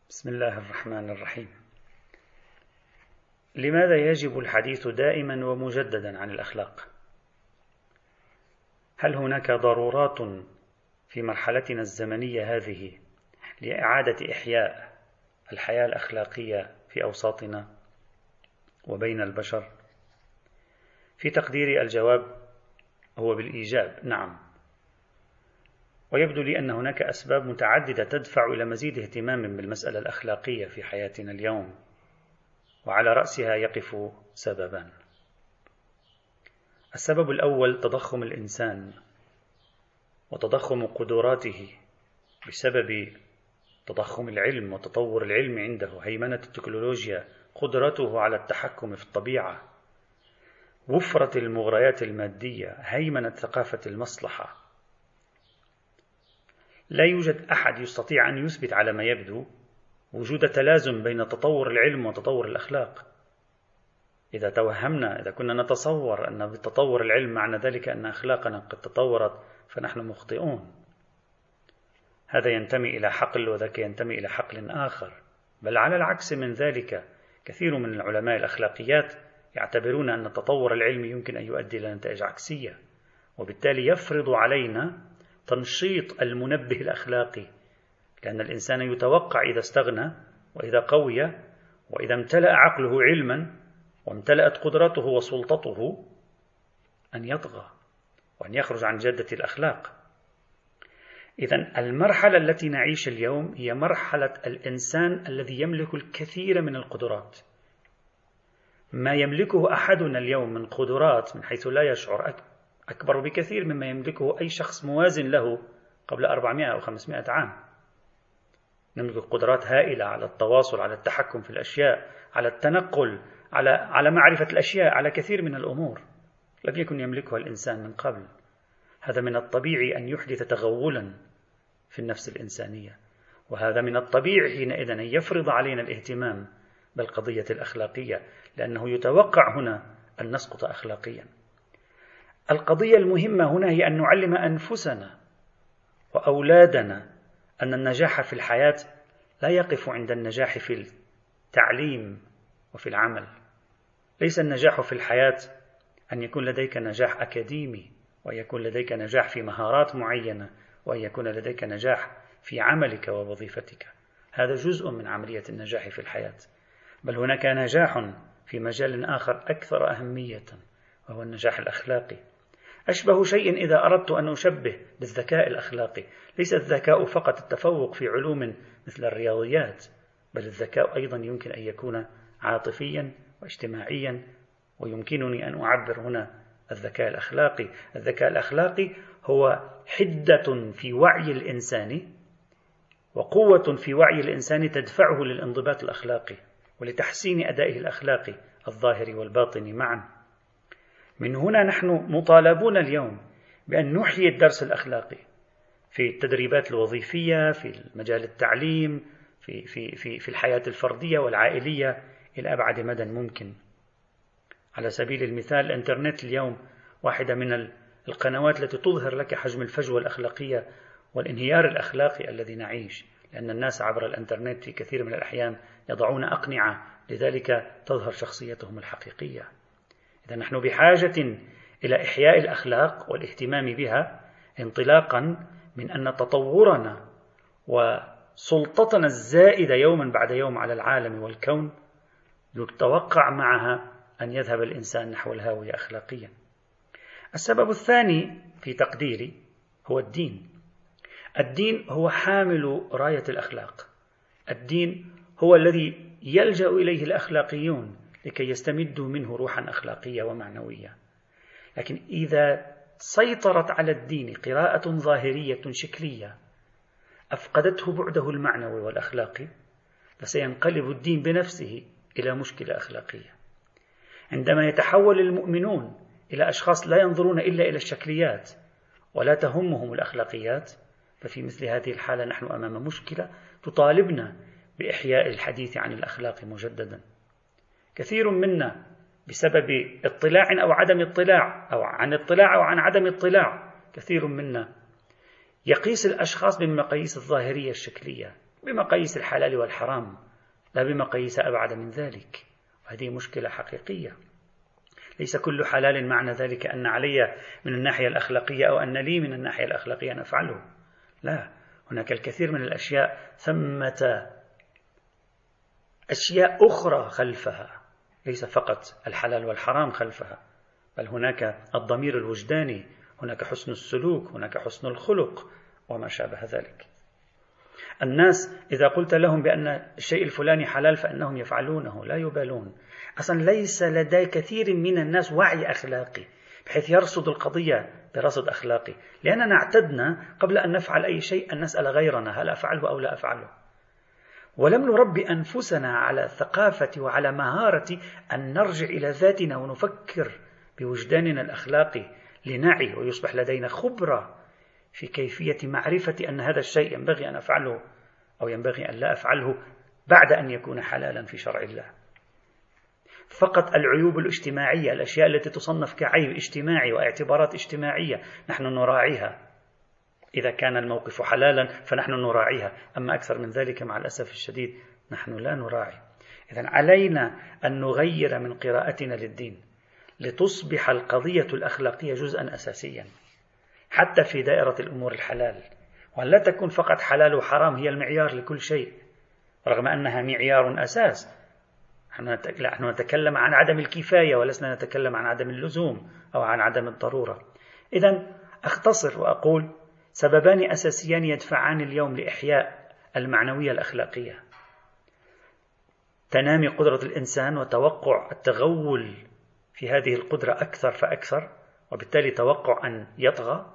بسم الله الرحمن الرحيم. لماذا يجب الحديث دائما ومجددا عن الأخلاق؟ هل هناك ضرورات في مرحلتنا الزمنية هذه لإعادة إحياء الحياة الأخلاقية في أوساطنا وبين البشر؟ في تقديري الجواب هو بالإيجاب، نعم. ويبدو لي أن هناك أسباب متعددة تدفع إلى مزيد اهتمام بالمسألة الأخلاقية في حياتنا اليوم، وعلى رأسها يقف سببان. السبب الأول تضخم الإنسان وتضخم قدراته بسبب تضخم العلم وتطور العلم عنده، هيمنة التكنولوجيا، قدرته على التحكم في الطبيعة، وفرة المغريات المادية، هيمنة ثقافة المصلحة. لا يوجد أحد يستطيع أن يثبت على ما يبدو وجود تلازم بين تطور العلم وتطور الأخلاق. إذا كنا نتصور أن بتطور العلم معنى ذلك أن أخلاقنا قد تطورت فنحن مخطئون. هذا ينتمي إلى حقل وذاك ينتمي إلى حقل آخر، بل على العكس من ذلك. كثير من العلماء الأخلاقيات يعتبرون أن تطور العلم يمكن أن يؤدي إلى نتائج عكسية، وبالتالي يفرض علينا تنشيط المنبه الأخلاقي، لأن الإنسان يتوقع إذا استغنى وإذا قوي وإذا امتلأ عقله علما وامتلأت قدرته وسلطته أن يطغى وأن يخرج عن جادة الأخلاق. إذن المرحلة التي نعيش اليوم هي مرحلة الإنسان الذي يملك الكثير من القدرات. ما يملكه أحدنا اليوم من قدرات من حيث لا يشعر أكبر بكثير مما يملكه أي شخص موازن له قبل 400 أو 500 عام. نملك قدرات هائلة على التواصل، على التحكم في الأشياء، على التنقل، على معرفة الأشياء، على كثير من الأمور لم يكن يملكها الإنسان من قبل. هذا من الطبيعي أن يحدث تغولا في النفس الإنسانية، وهذا من الطبيعي حينئذ أن يفرض علينا الاهتمام بالقضية الأخلاقية، لأنه يتوقع هنا أن نسقط أخلاقيا. القضية المهمة هنا هي أن نعلم أنفسنا وأولادنا أن النجاح في الحياة لا يقف عند النجاح في التعليم وفي العمل. ليس النجاح في الحياة أن يكون لديك نجاح أكاديمي، وأن يكون لديك نجاح في مهارات معينة، وأن يكون لديك نجاح في عملك ووظيفتك. هذا جزء من عملية النجاح في الحياة، بل هناك نجاح في مجال آخر أكثر أهمية، وهو النجاح الأخلاقي. أشبه شيء إذا أردت أن أشبه بالذكاء الأخلاقي. ليس الذكاء فقط التفوق في علوم مثل الرياضيات، بل الذكاء أيضا يمكن أن يكون عاطفيا واجتماعيا، ويمكنني أن أعبر هنا الذكاء الأخلاقي. الذكاء الأخلاقي هو حدة في وعي الإنسان وقوة في وعي الإنسان تدفعه للانضباط الأخلاقي ولتحسين أدائه الأخلاقي الظاهر والباطن معا. من هنا نحن مطالبون اليوم بأن نحيي الدرس الأخلاقي في التدريبات الوظيفية، في مجال التعليم، في الحياة الفردية والعائلية إلى أبعد مدى ممكن. على سبيل المثال الإنترنت اليوم واحدة من القنوات التي تظهر لك حجم الفجوة الأخلاقية والانهيار الأخلاقي الذي نعيش، لأن الناس عبر الإنترنت في كثير من الأحيان يضعون أقنعة، لذلك تظهر شخصيتهم الحقيقية. إذا نحن بحاجة إلى إحياء الأخلاق والاهتمام بها، انطلاقا من أن تطورنا وسلطتنا الزائدة يوما بعد يوم على العالم والكون يتوقع معها أن يذهب الإنسان نحو الهاوية أخلاقيا. السبب الثاني في تقديري هو الدين. الدين هو حامل راية الأخلاق. الدين هو الذي يلجأ إليه الأخلاقيون لكي يستمدوا منه روحا أخلاقية ومعنوية. لكن إذا سيطرت على الدين قراءة ظاهرية شكلية أفقدته بعده المعنوي والأخلاقي، فسينقلب الدين بنفسه إلى مشكلة أخلاقية. عندما يتحول المؤمنون إلى أشخاص لا ينظرون إلا إلى الشكليات ولا تهمهم الأخلاقيات، ففي مثل هذه الحالة نحن أمام مشكلة تطالبنا بإحياء الحديث عن الأخلاق مجددا. كثير منا بسبب اطلاع أو عدم اطلاع، أو عن اطلاع أو عن عدم اطلاع، كثير منا يقيس الأشخاص بالمقاييس الظاهرية الشكلية بمقاييس الحلال والحرام، لا بمقاييس أبعد من ذلك. وهذه مشكلة حقيقية. ليس كل حلال معنى ذلك أن علي من الناحية الأخلاقية أو أن لي من الناحية الأخلاقية أن أفعله. لا، هناك الكثير من الأشياء ثمة أشياء أخرى خلفها، ليس فقط الحلال والحرام خلفها، بل هناك الضمير الوجداني، هناك حسن السلوك، هناك حسن الخلق وما شابه ذلك. الناس إذا قلت لهم بأن الشيء الفلاني حلال فإنهم يفعلونه، لا يبالون. أصلا ليس لدى كثير من الناس وعي أخلاقي بحيث يرصد القضية برصد أخلاقي، لأننا اعتدنا قبل أن نفعل أي شيء أن نسأل غيرنا هل أفعله أو لا أفعله، ولم نربي أنفسنا على ثقافة وعلى مهارة أن نرجع إلى ذاتنا ونفكر بوجداننا الأخلاقي لنعي ويصبح لدينا خبرة في كيفية معرفة أن هذا الشيء ينبغي أن أفعله أو ينبغي أن لا أفعله بعد أن يكون حلالا في شرع الله. فقط العيوب الاجتماعية، الأشياء التي تصنف كعيب اجتماعي واعتبارات اجتماعية نحن نراعيها، إذا كان الموقف حلالا فنحن نراعيها، أما أكثر من ذلك مع الأسف الشديد نحن لا نراعي. إذن علينا أن نغير من قراءتنا للدين لتصبح القضية الأخلاقية جزءا أساسيا حتى في دائرة الأمور الحلال، وأن لا تكون فقط حلال وحرام هي المعيار لكل شيء، رغم أنها معيار أساس. نحن نتكلم عن عدم الكفاية ولسنا نتكلم عن عدم اللزوم أو عن عدم الضرورة. إذن أختصر وأقول سببان أساسيان يدفعان اليوم لإحياء المعنوية الأخلاقية: تنامي قدرة الإنسان وتوقع التغول في هذه القدرة أكثر فأكثر، وبالتالي توقع أن يطغى،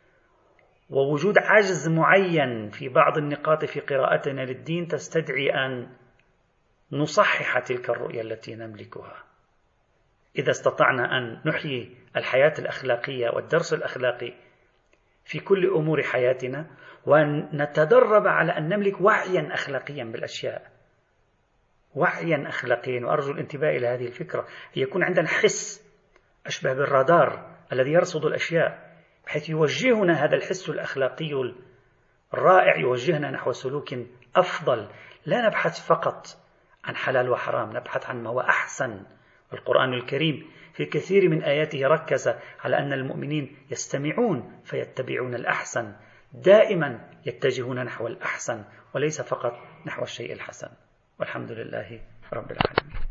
ووجود عجز معين في بعض النقاط في قراءتنا للدين تستدعي أن نصحح تلك الرؤية التي نملكها. إذا استطعنا أن نحيي الحياة الأخلاقية والدرس الأخلاقي في كل أمور حياتنا، ونتدرب على أن نملك وعيا أخلاقيا بالأشياء، وعيا أخلاقيا، وأرجو الانتباه إلى هذه الفكرة، يكون عندنا حس أشبه بالرادار الذي يرصد الأشياء، بحيث يوجهنا هذا الحس الأخلاقي الرائع، يوجهنا نحو سلوك أفضل. لا نبحث فقط عن حلال وحرام، نبحث عن ما هو أحسن. القرآن الكريم في كثير من آياته ركز على أن المؤمنين يستمعون فيتبعون الأحسن، دائما يتجهون نحو الأحسن وليس فقط نحو الشيء الحسن. والحمد لله رب العالمين.